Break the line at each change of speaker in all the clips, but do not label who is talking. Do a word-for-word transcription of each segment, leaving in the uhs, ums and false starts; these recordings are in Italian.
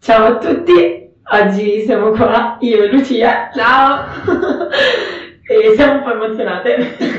Ciao a tutti, oggi siamo qua, io e Lucia.
Ciao!
E siamo un po' emozionate.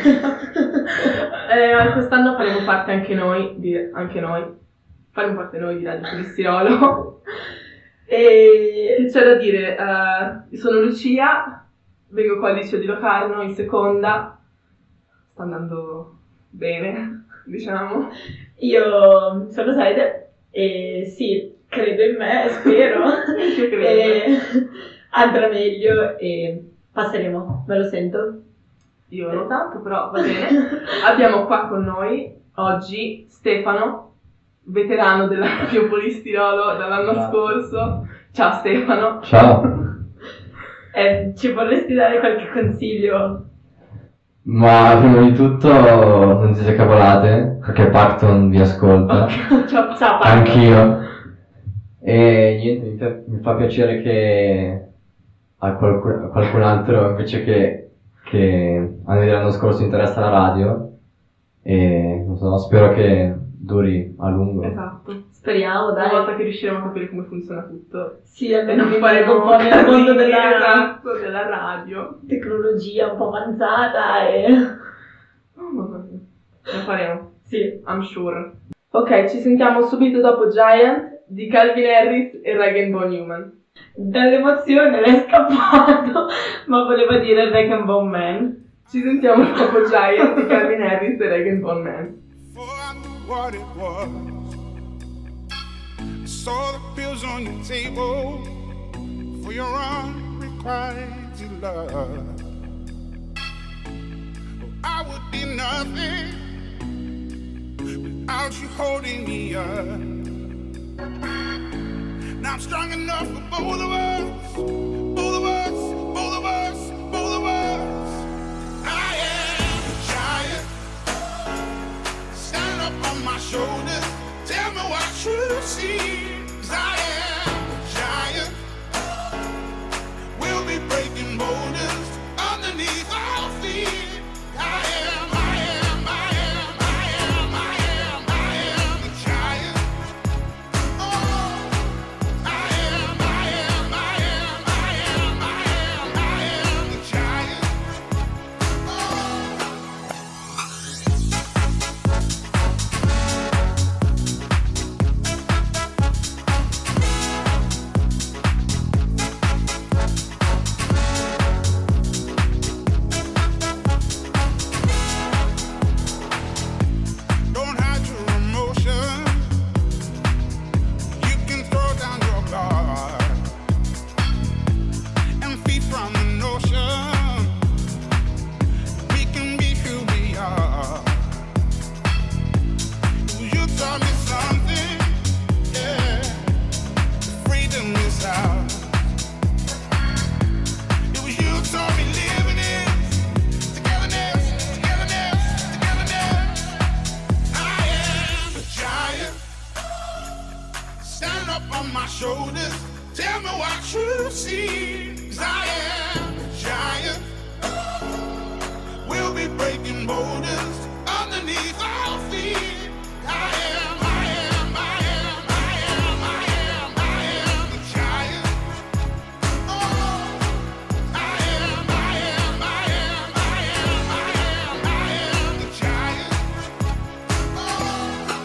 eh, quest'anno faremo parte anche noi, di, anche noi, faremo parte noi di Radio Colistirolo. E che c'è da dire, uh, sono Lucia, vengo qua al liceo di Locarno in seconda, sta andando bene, diciamo.
Io sono Saide e sì, credo in me, spero.
Io credo.
E andrà meglio e passeremo, me lo sento.
Io non tanto, però va bene. Abbiamo qua con noi oggi Stefano, veterano della Radio Colistirolo dall'anno
Ciao.
scorso. Ciao Stefano.
Ciao.
Eh, ci vorresti dare qualche consiglio?
Ma prima di tutto non dite cavolate, perché Pacton vi ascolta.
Ciao, ciao.
Ciao, Paolo.
Anch'io. E niente, mi fa, mi fa piacere che a qualcun, a qualcun altro invece che, che a noi dell'anno scorso interessa la radio. E non so, spero che duri a lungo.
Esatto.
Speriamo,
Una
dai.
volta che riusciremo a capire come funziona tutto.
Sì,
E
almeno
non
mi
faremo
un po' nel mondo della
esatto, della radio.
tecnologia un po' avanzata e...
Oh, mamma mia. Lo faremo.
Sì.
I'm sure. Ok, ci sentiamo subito dopo Giant di Calvin Harris e Rag Bone Newman.
Dall'emozione le è scappato, ma voleva dire Rag and Bone Man.
Ci sentiamo dopo Giant di Calvin Harris e Rag Bone Man.
Before I knew what it was, I saw the pills on your table for your unrequited love. Well, I would be nothing without you holding me up. Now I'm strong enough for both of us, both of us, both of us, both of us. I am a giant. Stand up on my shoulders, tell me what you see. 'Cause I am a giant. We'll be breaking boulders underneath our feet. I am, I am, I am, I am, I am, I am a giant. Oh, I am, I am, I am, I am, I am, I am a giant. Oh. Don't hide your emotion. You can throw down your guard and feed from the notion. We can be who we are. You taught me something, yeah. Freedom is ours. It was you taught me living is togetherness, togetherness, togetherness. I am a giant. Stand up on my shoulders. Tell me what you see. 'Cause I am a giant. We'll be breaking boulders underneath our feet. I am, I am, I am, I am, I am, I am a giant. Oh, I am, I am, I am, I am, I am, I am a giant. Oh.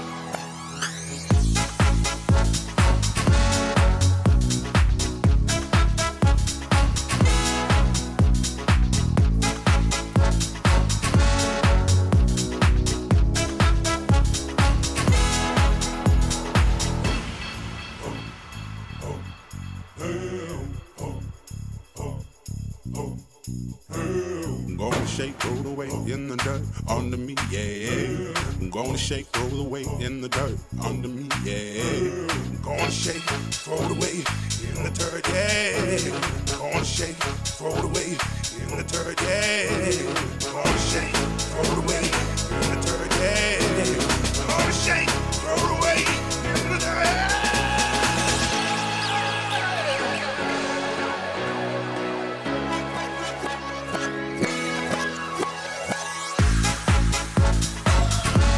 I'm gonna shake, roll away in the dirt under me, yeah. I'm gonna shake, roll away in the dirt under me, yeah. I'm gonna shake, throw it away in the dirt, yeah. I'm gonna shake, throw it away in the dirt, yeah. I'm gonna shake, throw it away in the dirt, yeah. I'm gonna shake, throw it away in the dirt.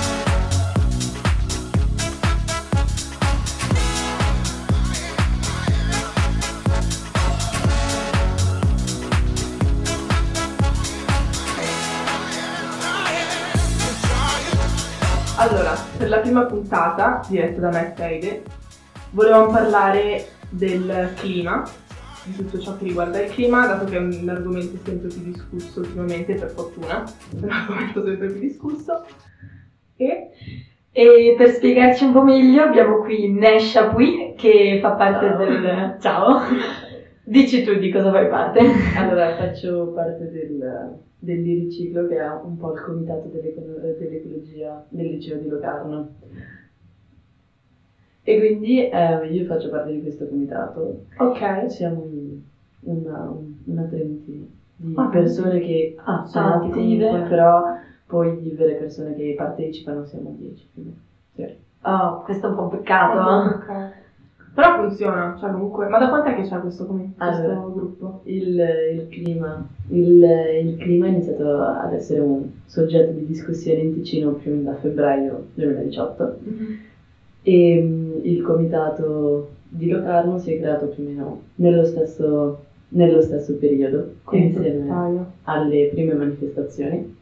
I am, I am.
per la prima puntata, diretta da me e Teide, volevamo parlare del clima, di tutto ciò che riguarda il clima, dato che è un argomento sempre più discusso ultimamente, per fortuna, è un argomento sempre più discusso. E,
e per spiegarci un po' meglio abbiamo qui Nesha Pui, che fa parte
Ciao.
del... Ciao! Dici tu di cosa fai parte.
Allora, faccio parte del, dell'Iriciclo, che è un po' il comitato dell'eco- dell'ecologia del liceo di Locarno. E quindi eh, io faccio parte di questo comitato.
ok,
Siamo una, una trentina di
Ah,
persone che
ah,
sono
attive.
attive, però poi di vere persone che partecipano siamo dieci. quindi, sì.
Oh, questo è un po' un peccato.
ok. Però funziona, cioè comunque, ma da quant'è che c'è questo, com- questo
Allora.
gruppo?
Il, il clima. Il, il clima è iniziato ad essere un soggetto di discussione in Ticino più o meno da febbraio duemiladiciotto. E mm, il comitato di Locarno si è creato più o meno nello stesso, nello stesso periodo, insieme
Febbraio.
alle prime manifestazioni.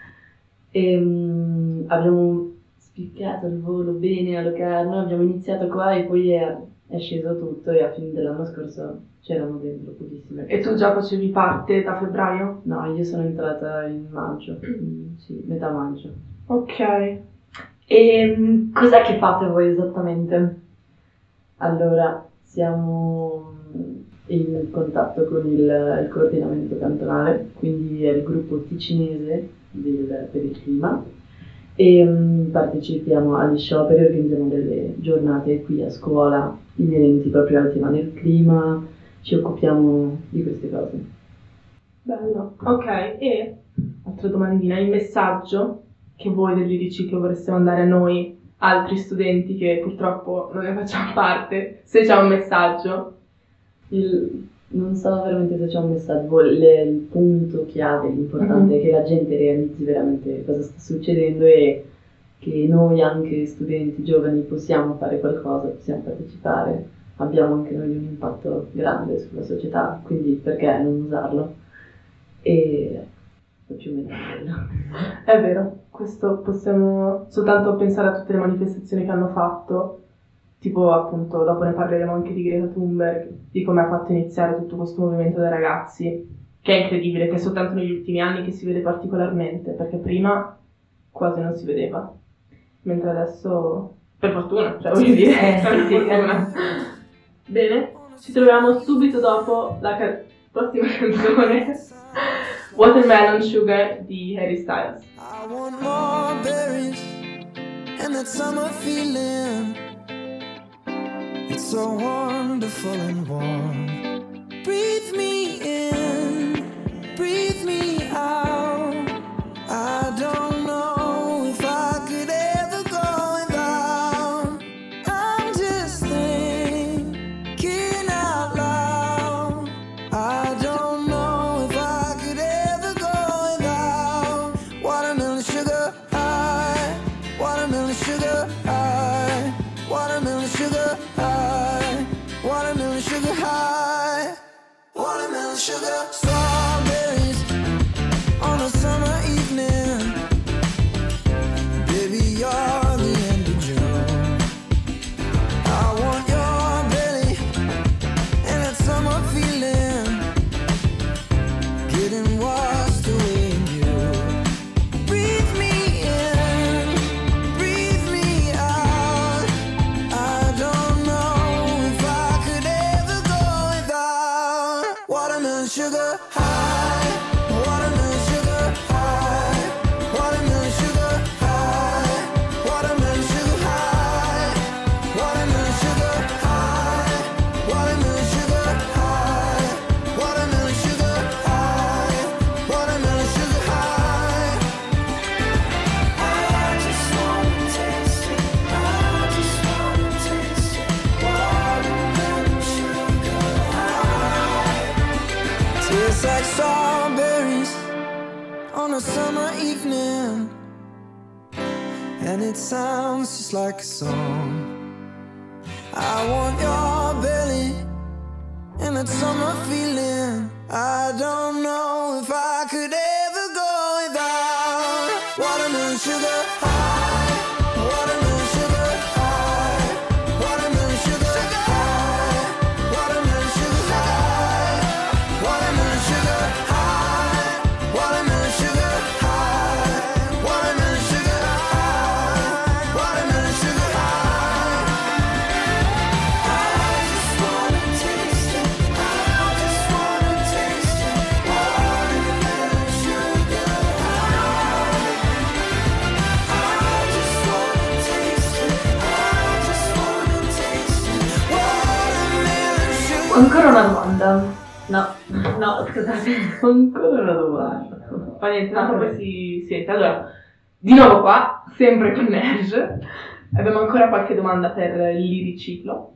E mm, abbiamo spiccato il volo bene a Locarno, abbiamo iniziato qua e poi è, è sceso tutto e a fine dell'anno scorso c'erano dentro pochissime
E tu
persone.
già facevi parte da febbraio?
No, io sono entrata in maggio, mm, sì, metà maggio.
Ok.
E mm, cos'è che fate voi esattamente?
Allora, siamo in contatto con il, il coordinamento cantonale, quindi è il gruppo ticinese del- per il clima, e mm, partecipiamo agli scioperi, organizziamo delle giornate qui a scuola inerenti proprio al tema del clima, ci occupiamo di queste cose.
Bello. Ok, e altra domandina, il messaggio che voi dell'Iriciclo vorreste mandare a noi, altri studenti che purtroppo non ne facciamo parte, se c'è un messaggio.
Il- non so veramente se c'è un messaggio, le- il punto chiave, l'importante
Mhm.
è che la gente realizzi veramente cosa sta succedendo e che noi anche studenti giovani possiamo fare qualcosa, possiamo partecipare, abbiamo anche noi un impatto grande sulla società, quindi perché non usarlo? E ecco, più o meno quello.
È vero, questo possiamo soltanto pensare a tutte le manifestazioni che hanno fatto, tipo appunto dopo ne parleremo anche di Greta Thunberg, di come ha fatto iniziare tutto questo movimento dei ragazzi, che è incredibile, che è soltanto negli ultimi anni che si vede particolarmente, perché prima quasi non si vedeva, mentre adesso, per fortuna, cioè voglio dire,
Eh,
per
sì, sì,
fortuna. Bene, ci troviamo subito dopo la ca- prossima canzone, Watermelon Sugar di Harry Styles.
I want more berries and that summer feeling. It's so wonderful and warm. Breathe me in, breathe me out. I don't know if I could ever go without. I'm just thinking out loud. I don't know if I could ever go without watermelon sugar high, watermelon sugar high, watermelon sugar high, watermelon sugar high, watermelon sugar. Strawberries on a summer evening. Baby, you're the end of June. I want your belly and that summer feeling, getting washed away in you. Breathe me in, breathe me out. I don't know if I could ever go without watermelon sugar high, watermelon sugar high, watermelon sugar high, watermelon sugar high, watermelon sugar high, watermelon sugar high, watermelon sugar high, watermelon sugar high. I just wanna taste it, I just wanna taste it, watermelon sugar high. Tastes like strawberries on a summer evening, and it sounds just like a song. I want your belly and that summer feeling. I don't know if I could ever go without watermelon sugar high, watermelon
Ancora una domanda. No, no, scusate.
Ancora una domanda.
Fa niente, tanto poi si sente. Allora, di nuovo qua, sempre con Nerj. Abbiamo ancora qualche domanda per il liriciclo.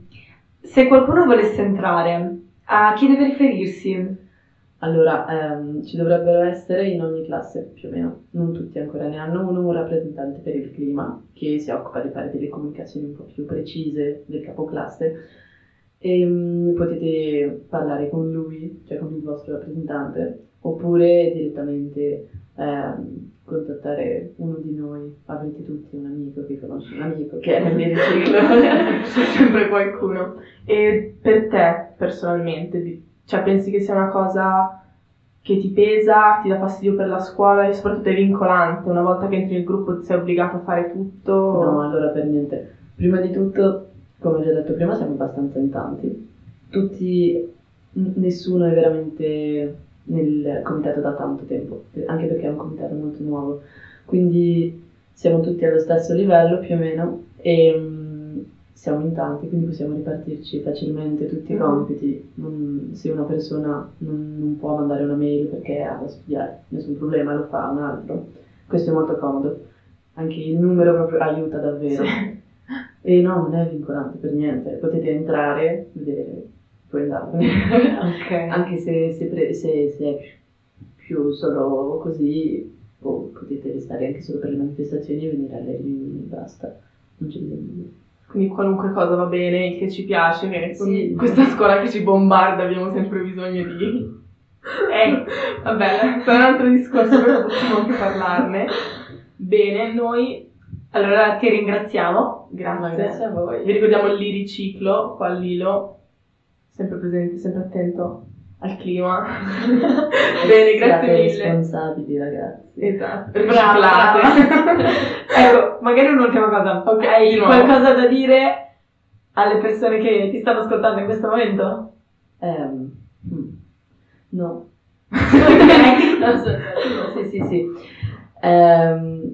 Se qualcuno volesse entrare, a chi deve riferirsi?
Allora, ehm, ci dovrebbero essere in ogni classe più o meno, non tutti ancora ne hanno uno, un rappresentante per il clima che si occupa di fare delle comunicazioni un po' più precise del capoclasse e um, potete parlare con lui, cioè con il vostro rappresentante, oppure direttamente ehm, contattare uno di noi. Avrete tutti un amico che conosce un amico che è nel liriciclo.
C'è sempre qualcuno. E per te, personalmente, di- cioè pensi che sia una cosa che ti pesa, ti dà fastidio per la scuola e soprattutto è vincolante? Una volta che entri nel gruppo ti sei obbligato a fare tutto?
No, allora per niente. Prima di tutto, come ho già detto prima, siamo abbastanza in tanti. Tutti, n- nessuno è veramente nel comitato da tanto tempo, anche perché è un comitato molto nuovo. Quindi siamo tutti allo stesso livello più o meno e mm, siamo in tanti, quindi possiamo ripartirci facilmente tutti i
Mhm.
compiti. Non- se una persona non, non può mandare una mail perché ha da studiare, nessun problema, lo fa un altro. Questo è molto comodo. Anche il numero proprio aiuta davvero.
Sì.
E no, non è vincolante per niente. Potete entrare, vedere, poi andare.
Ok.
Anche se, se, pre- se- se è più solo così, o potete restare anche solo per le manifestazioni e venire alle riunioni e basta. Non c'è bisogno di...
Quindi qualunque cosa va bene, che ci piace, che con
Sì.
questa scuola che ci bombarda abbiamo sempre bisogno di... Eh, vabbè, sarà un altro discorso, però possiamo anche parlarne. Bene, noi...
Allora ti ringraziamo.
Grazie.
Grazie a voi.
Vi ricordiamo il liriciclo, qua al Lilo, sempre presente, sempre attento al clima. Bene, grazie
Siate
mille.
responsabili, ragazzi.
Esatto,
Brava.
riciclate.
Ecco, magari un'ultima cosa.
Ok,
Hai
di nuovo.
qualcosa da dire alle persone che ti stanno ascoltando in questo momento?
Ehm, mm, no.
Ok.
No, so- sì, sì, sì. Ehm,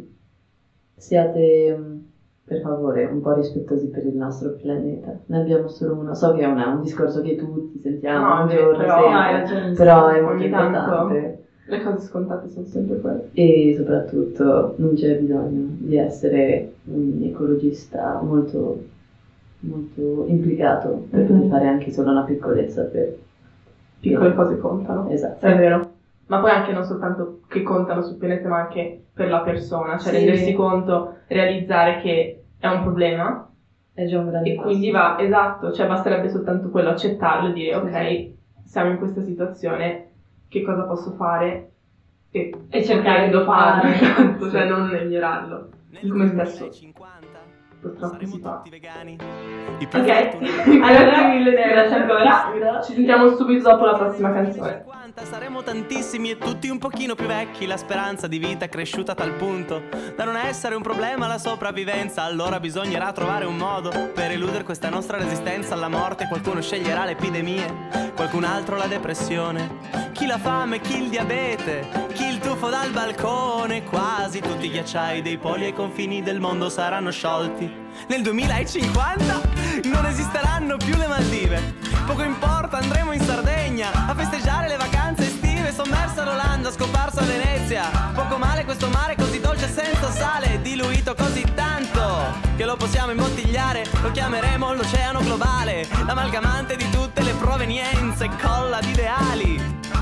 siate, mm, per favore, un po' rispettosi per il nostro pianeta. Ne abbiamo solo uno. So che è una- un discorso che tutti sentiamo
No,
un
è vero,
giorno,
però-
sempre,
no, hai ragionissimo.
però è molto
Ogni tanto-
importante.
Le cose scontate sono sempre quelle.
E soprattutto non c'è bisogno di essere un ecologista molto, molto implicato per
Mhm.
poter fare anche solo una piccolezza per...
Piccole cose contano.
Esatto.
È vero. Ma poi anche non soltanto che contano sul pianeta, ma anche per la persona. Cioè
Sì.
rendersi conto, realizzare che è un problema
È già un grande
e quindi
passo.
va, esatto, cioè basterebbe soltanto quello, accettarlo e dire
Sì,
ok, siamo in questa situazione, che cosa posso fare? E,
E cercare di
farlo,
fare.
esatto,
Sì.
cioè non ignorarlo. Come spesso purtroppo si fa.
Ok. Allora, grazie mille, grazie ancora.
Ci sentiamo subito dopo la prossima canzone.
Saremo tantissimi e tutti un pochino più vecchi. La speranza di vita è cresciuta a tal punto da non essere un problema la sopravvivenza. Allora bisognerà trovare un modo per eludere questa nostra resistenza alla morte. Qualcuno sceglierà le epidemie, qualcun altro la depressione, chi la fame, chi il diabete, chi il tuffo dal balcone. Quasi tutti i ghiacciai dei poli ai confini del mondo saranno sciolti. Nel duemilacinquanta non esisteranno più le Maldive. Poco importa, andremo in Sardegna a festeggiare le vacanze estive. Sommersa l'Olanda, scomparsa Venezia. Poco male questo mare così dolce senza sale, diluito così tanto che lo possiamo imbottigliare. Lo chiameremo l'oceano globale, l'amalgamante di tutte le provenienze, colla di ideali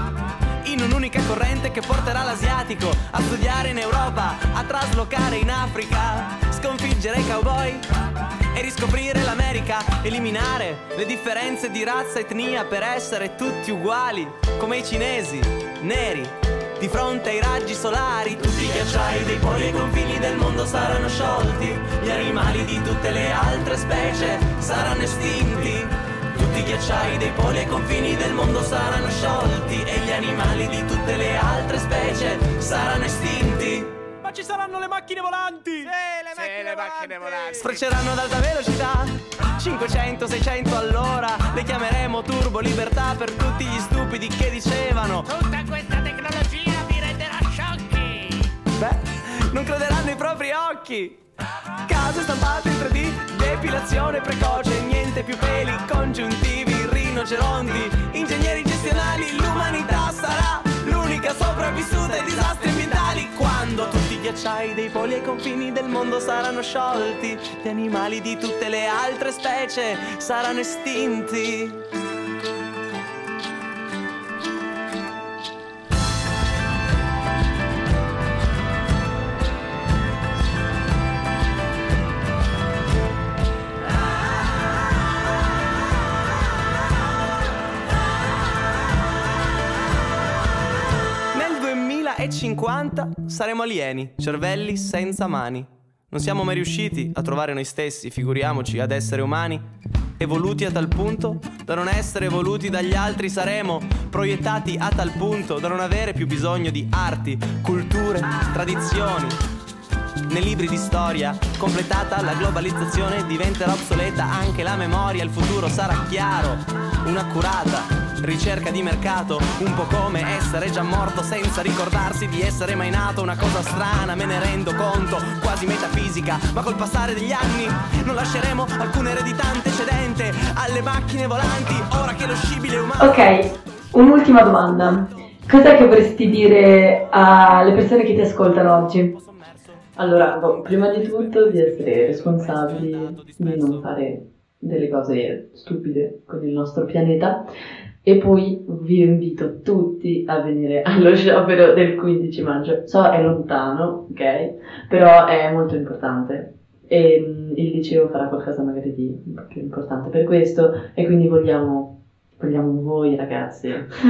in un'unica corrente che porterà l'asiatico a studiare in Europa, a traslocare in Africa, sconfiggere i cowboy e riscoprire l'America, eliminare le differenze di razza e etnia per essere tutti uguali, come i cinesi, neri, di fronte ai raggi solari. Tutti i ghiacciai dei poli e confini del mondo saranno sciolti, gli animali di tutte le altre specie saranno estinti. Tutti i ghiacciai dei poli e confini del mondo saranno sciolti e gli animali di tutte le altre specie saranno estinti. Ma ci saranno le macchine volanti! Sì, le macchine, le macchine volanti! Sfrecceranno ad alta velocità, cinquecento seicento all'ora. Le chiameremo turbo libertà per tutti gli stupidi che dicevano tutta questa tecnologia vi renderà sciocchi. Beh, non crederanno i propri occhi. Case stampate in tre D, depilazione precoce, niente più peli congiuntivi, rinoceronti, ingegneri gestionali, l'umanità sarà l'unica sopravvissuta ai disastri ambientali. Quando tutti i ghiacciai dei poli ai confini del mondo saranno sciolti, gli animali di tutte le altre specie saranno estinti. E cinquanta saremo alieni, cervelli senza mani. Non siamo mai riusciti a trovare noi stessi, figuriamoci ad essere umani. Evoluti a tal punto da non essere evoluti dagli altri, saremo proiettati a tal punto da non avere più bisogno di arti, culture, tradizioni. Nei libri di storia, completata la globalizzazione, diventerà obsoleta anche la memoria. Il futuro sarà chiaro, un'accurata ricerca di mercato, un po' come essere già morto senza ricordarsi di essere mai nato. Una cosa strana, me ne rendo conto, quasi metafisica, ma col passare degli anni non lasceremo alcuna eredità antecedente alle macchine volanti, ora che lo scibile umano...
Ok, un'ultima domanda. Cos'è che vorresti dire alle persone che ti ascoltano oggi?
Allora, boh, prima di tutto di essere responsabili, di non fare delle cose stupide con il nostro pianeta. E poi vi invito tutti a venire allo sciopero del quindici maggio. So, è lontano, ok? Però è molto importante. E mh, il liceo farà qualcosa magari di un po' più importante per questo. E quindi vogliamo, vogliamo voi ragazzi.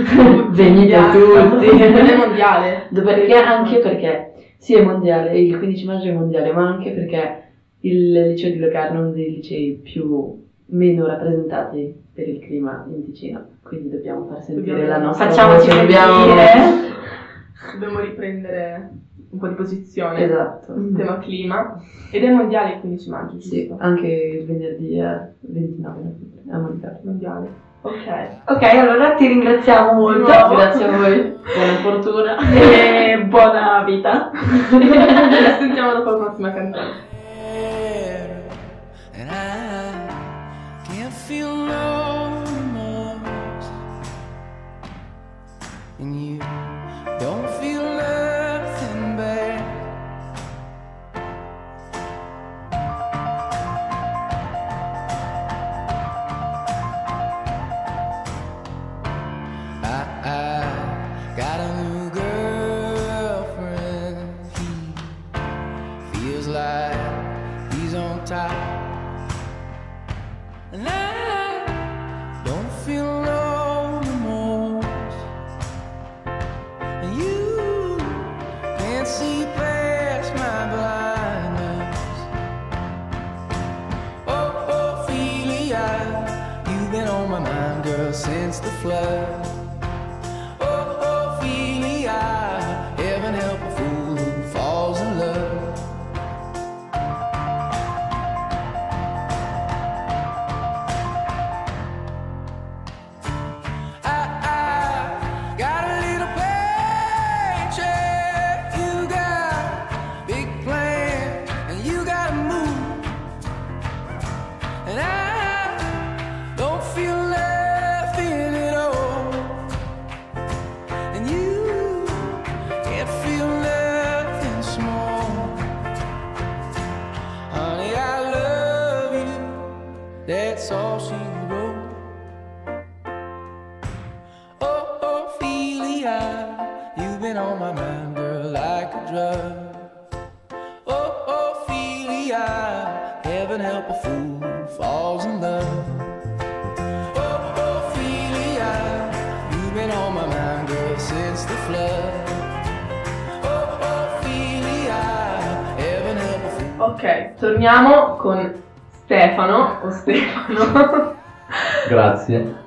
Venite tutti.
È mondiale.
Perché, anche perché, sì è mondiale, il quindici maggio è mondiale, ma anche perché il liceo di Locarno è uno dei licei più meno rappresentati per il clima in Ticino, quindi dobbiamo far sentire
Dobbiamo-
la nostra
Facciamoci
voce, dobbiamo...
sentire.
Dobbiamo riprendere un po' di posizione.
Esatto.
Tema clima. Ed è mondiale il quindici maggio,
Sì,
giusto?
anche il venerdì è ventinove novembre, è mondiale.
Mondiale. Ok.
Ok, allora ti ringraziamo molto.
Grazie a voi, buona fortuna.
E buona vita.
Ci sentiamo dopo la prossima canzone.
And I can't feel no remorse, and you don't feel nothing bad. I, I got a new girlfriend. He feels like he's on top. And I don't feel no remorse, and you can't see past my blindness. Oh, Ophelia, you've been on my mind, girl, since the flood. Oh, Ophelia, heaven help a fool who falls in love. That's all she wrote. Oh, Ophelia, you've been on my mind, girl, like a drug. Oh, Ophelia, heaven help a fool who falls in love. Oh, Ophelia, you've been on my mind, girl, since the flood. Oh, Ophelia, heaven help a fool.
Ok, torniamo con Stefano o Stefano.
Grazie.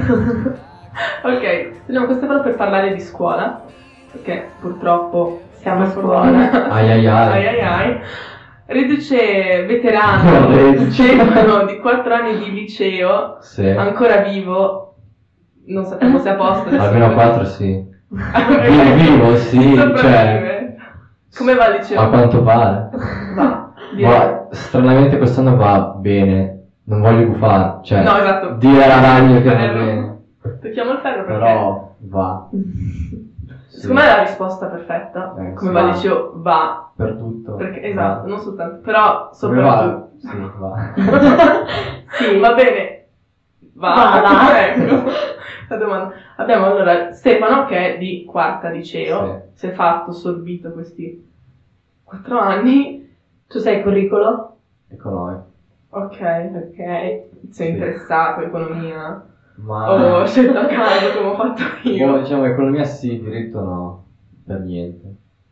Ok, torniamo con Stefano per parlare di scuola, perché purtroppo
Siamo a scuola.
Ai ai ai.
ai ai ai. Reduce veterano,
Reduce.
Stefano di quattro anni di liceo,
Sì.
ancora vivo, non sappiamo se è a posto. adesso-
Almeno quattro sì.
Ok.
Vivo, sì,
Sopravvive.
cioè,
Come va il liceo?
a quanto pare.
Va, direi.
Ma stranamente quest'anno va bene. Non voglio gufare, cioè
No, esatto.
dire alla radio che va
Vero.
bene.
Tocchiamo il ferro perché
Però va. Sì.
secondo me è la risposta perfetta.
Eh,
Come
sì.
va liceo, va.
Per tutto.
Perché,
va.
esatto, non soltanto, però
Come va?
soprattutto.
Sì, va.
Sì, va bene. Va,
Va, va.
ecco. La domanda. Abbiamo allora Stefano che è di quarta liceo, si è fatto sorbito questi quattro anni.
Tu sei curricolo?
Economico.
Ok,
Ok.
sei
Sì.
interessato a economia
Ma...
o scelto a caso come ho fatto
boh,
io?
diciamo economia sì, diritto no. Per niente.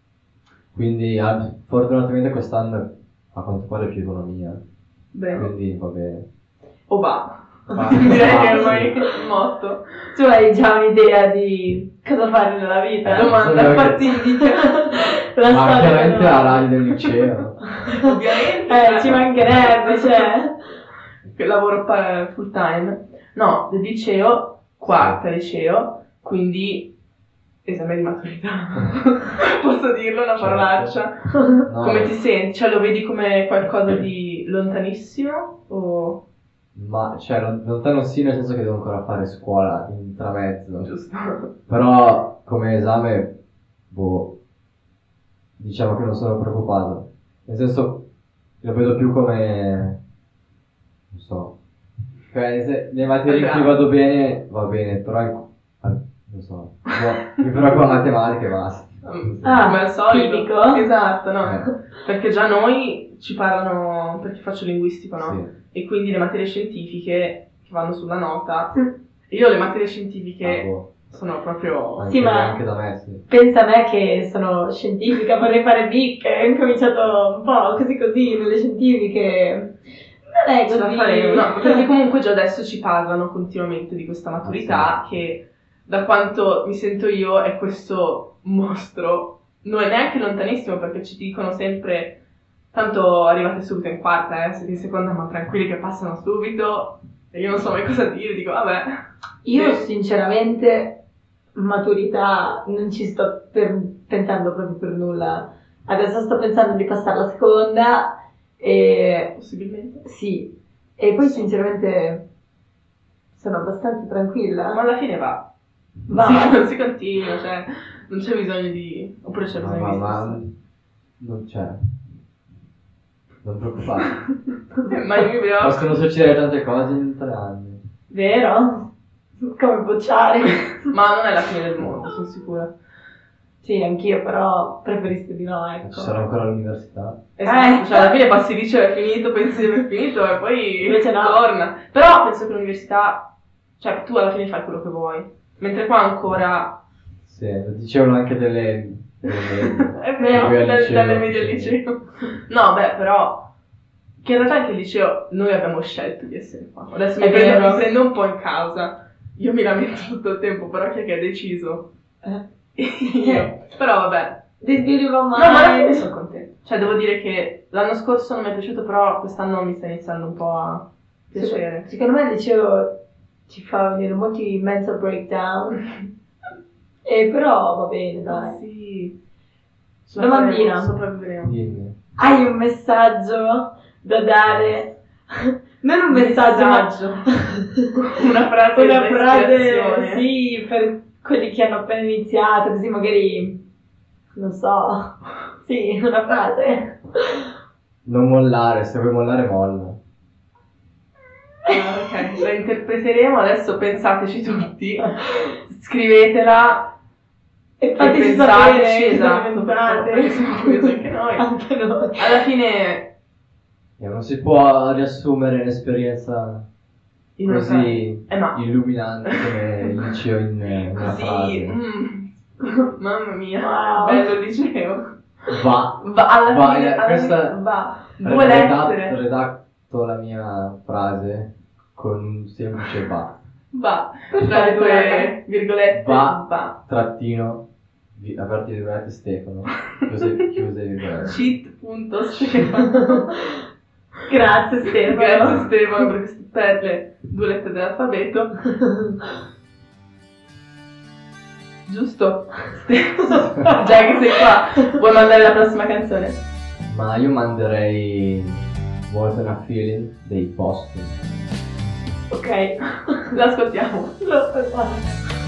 Quindi ah, fortunatamente quest'anno a quanto pare più economia.
Bene,
Quindi va bene.
o va.
Va.
Direi che è
Va,
ormai
sì.
il motto.
Tu hai già un'idea di cosa fare nella vita?
Eh,
Domanda
solo che-
fatidica.
La
Ma
storia
chiaramente
della-
la radio del liceo.
Ovviamente.
Eh, ci mancherebbe, cioè.
Che lavoro pa- full time. No, del liceo, quarta liceo, quindi esame di maturità. Posso dirlo una
Certo.
parolaccia?
No,
Come ti senti? Cioè lo vedi come qualcosa di lontanissimo? O
ma cioè lon- lontano sì, nel senso che devo ancora fare scuola in tramezzo.
giusto?
Però come esame, boh, diciamo che non sono preoccupato. Nel senso, lo vedo più come, non so, cioè se le materie in cui vado bene, va bene, però in- al- non so, boh, mi preoccupa matematica e basta.
Ah,
Come al solito.
tipico.
Esatto, no?
Eh,
Perché già noi ci parlano, perché faccio linguistico, no?
sì.
E quindi le materie scientifiche che vanno sulla nota.
Mm.
E io le materie scientifiche
Ah, boh,
sono proprio...
anche,
Sì, ma-
anche da me, sì.
Pensa a me che sono scientifica, vorrei fare B I C, ho incominciato un po' così così nelle scientifiche. Non è
Ce la
così.
faremo, no, perché comunque già adesso ci parlano continuamente di questa maturità
Ah, sì.
che da quanto mi sento io è questo mostro, non è neanche lontanissimo perché ci dicono sempre tanto arrivate subito in quarta, eh, siete in seconda ma tranquilli che passano subito e io non so mai cosa dire, dico vabbè.
Io
Sì.
sinceramente maturità non ci sto per- pensando proprio per nulla. Adesso sto pensando di passare la seconda e
Possibilmente.
sì, e poi sinceramente sono abbastanza tranquilla.
Ma alla fine va.
Va.
Si, si continua, cioè non c'è bisogno di... oppure c'è
Ma,
bisogno
ma,
di...
ma non c'è. Non preoccupare.
Ma io mi preoccupo.
Possono succedere tante cose in tre anni.
Vero? Come bocciare?
Ma non è la fine del mondo, sono sicura.
Sì, anch'io, però preferisco di no, ecco.
Ci sarà ancora l'università.
Esatto,
Eh.
cioè alla fine passi lì, cioè è finito, pensi di aver finito e poi
Invece no.
torna. Però penso che l'università, cioè tu alla fine fai quello che vuoi, mentre qua ancora...
Sì, lo dicevano anche delle... delle
È vero,
Medie al
dal-
liceo,
dalle medie al
sì.
liceo. No, beh, però... Che in realtà anche il liceo noi abbiamo scelto di essere qua. Adesso mi
È
prendo,
vero.
mi prendo un po' in causa. Io mi lamento tutto il tempo, però chi è che ha deciso?
Eh.
Io. Però vabbè.
This beautiful
No, ma alla fine
mind.
sono contenta. Cioè, devo dire che l'anno scorso non mi è piaciuto, però quest'anno mi sta iniziando un po' a piacere.
Secondo me il liceo ci fa venire molti mental breakdown. E però va bene,
Ah,
dai.
sì.
Domandina.
Sopravviveremo.
Dimmi.
Hai un messaggio da dare? Non un messaggio,
Messaggio.
ma
Una frase
una
di
frase,
ispirazione.
sì, per quelli che hanno appena iniziato, così magari, non so, sì, una frase.
Non mollare, se vuoi mollare molla.
Ah, ok, la interpreteremo, adesso pensateci tutti, scrivetela
E
e
fateci
pensateci,
sapere
esatto,
cosa
perché
pensate.
siamo curiosi anche noi.
Anche noi.
Alla fine,
E non si può riassumere un'esperienza
in una
così
frase- eh no,
illuminante come il liceo in eh, una
così,
frase.
mm, mamma mia,
Wow.
bello il liceo.
Va.
Va, alla
Va,
fine,
eh,
alla
questa-
fine, va, due
Redatto,
lettere,
redatto la mia frase con un semplice va.
va, tra le
Perfetto,
due
raga.
virgolette,
Va.
va.
Trattino, vi- aperte virgolette Stefano, chiuse, chiuse virgolette.
Cheat.stefano.
Grazie Stefano.
Grazie Stefano per queste perle, due lettere dell'alfabeto. Giusto? Stefano, già che sei qua, vuoi mandare la prossima canzone?
Ma io manderei What a Feeling dei Boston.
Ok, l'ascoltiamo.
Lo ascoltiamo.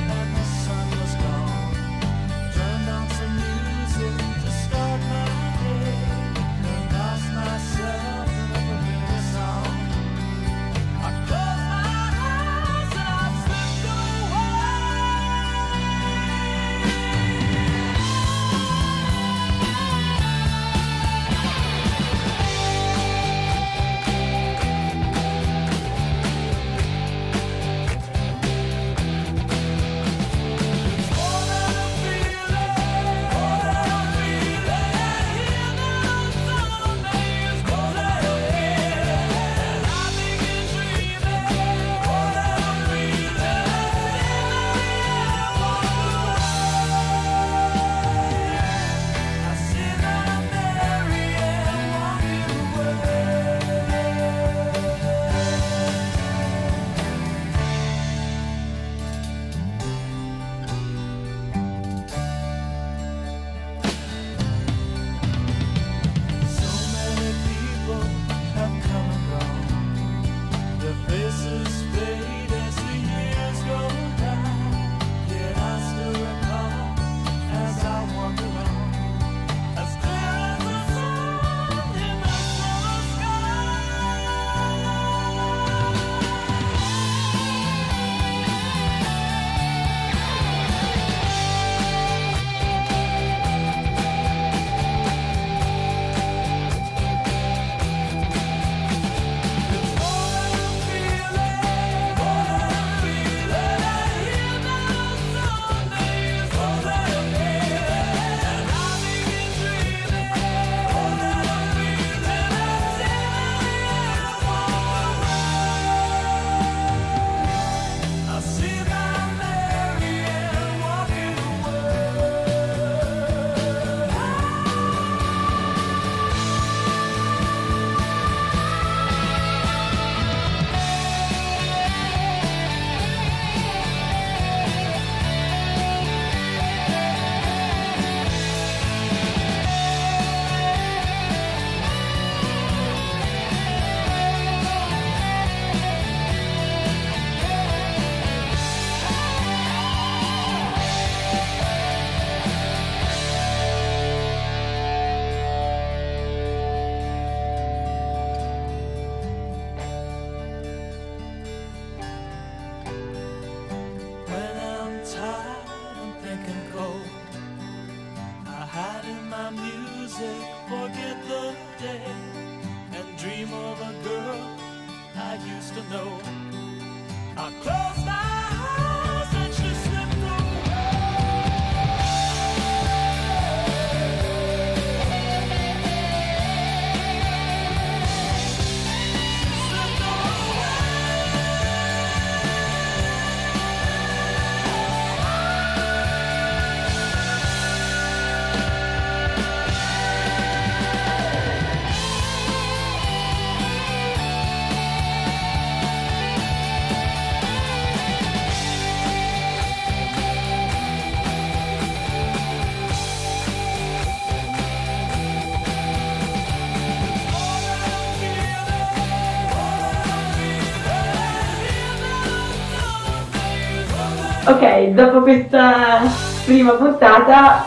Ok, dopo questa prima puntata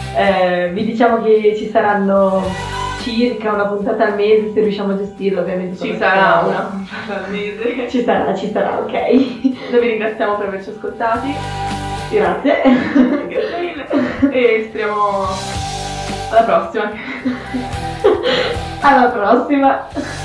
eh, vi diciamo che ci saranno circa una puntata al mese, se riusciamo a gestirlo ovviamente.
Ci sarà una puntata al mese.
Ci sarà, ci sarà, ok.
Noi vi ringraziamo per averci ascoltati.
Grazie.
Grazie mille. E speriamo alla prossima.
Alla prossima.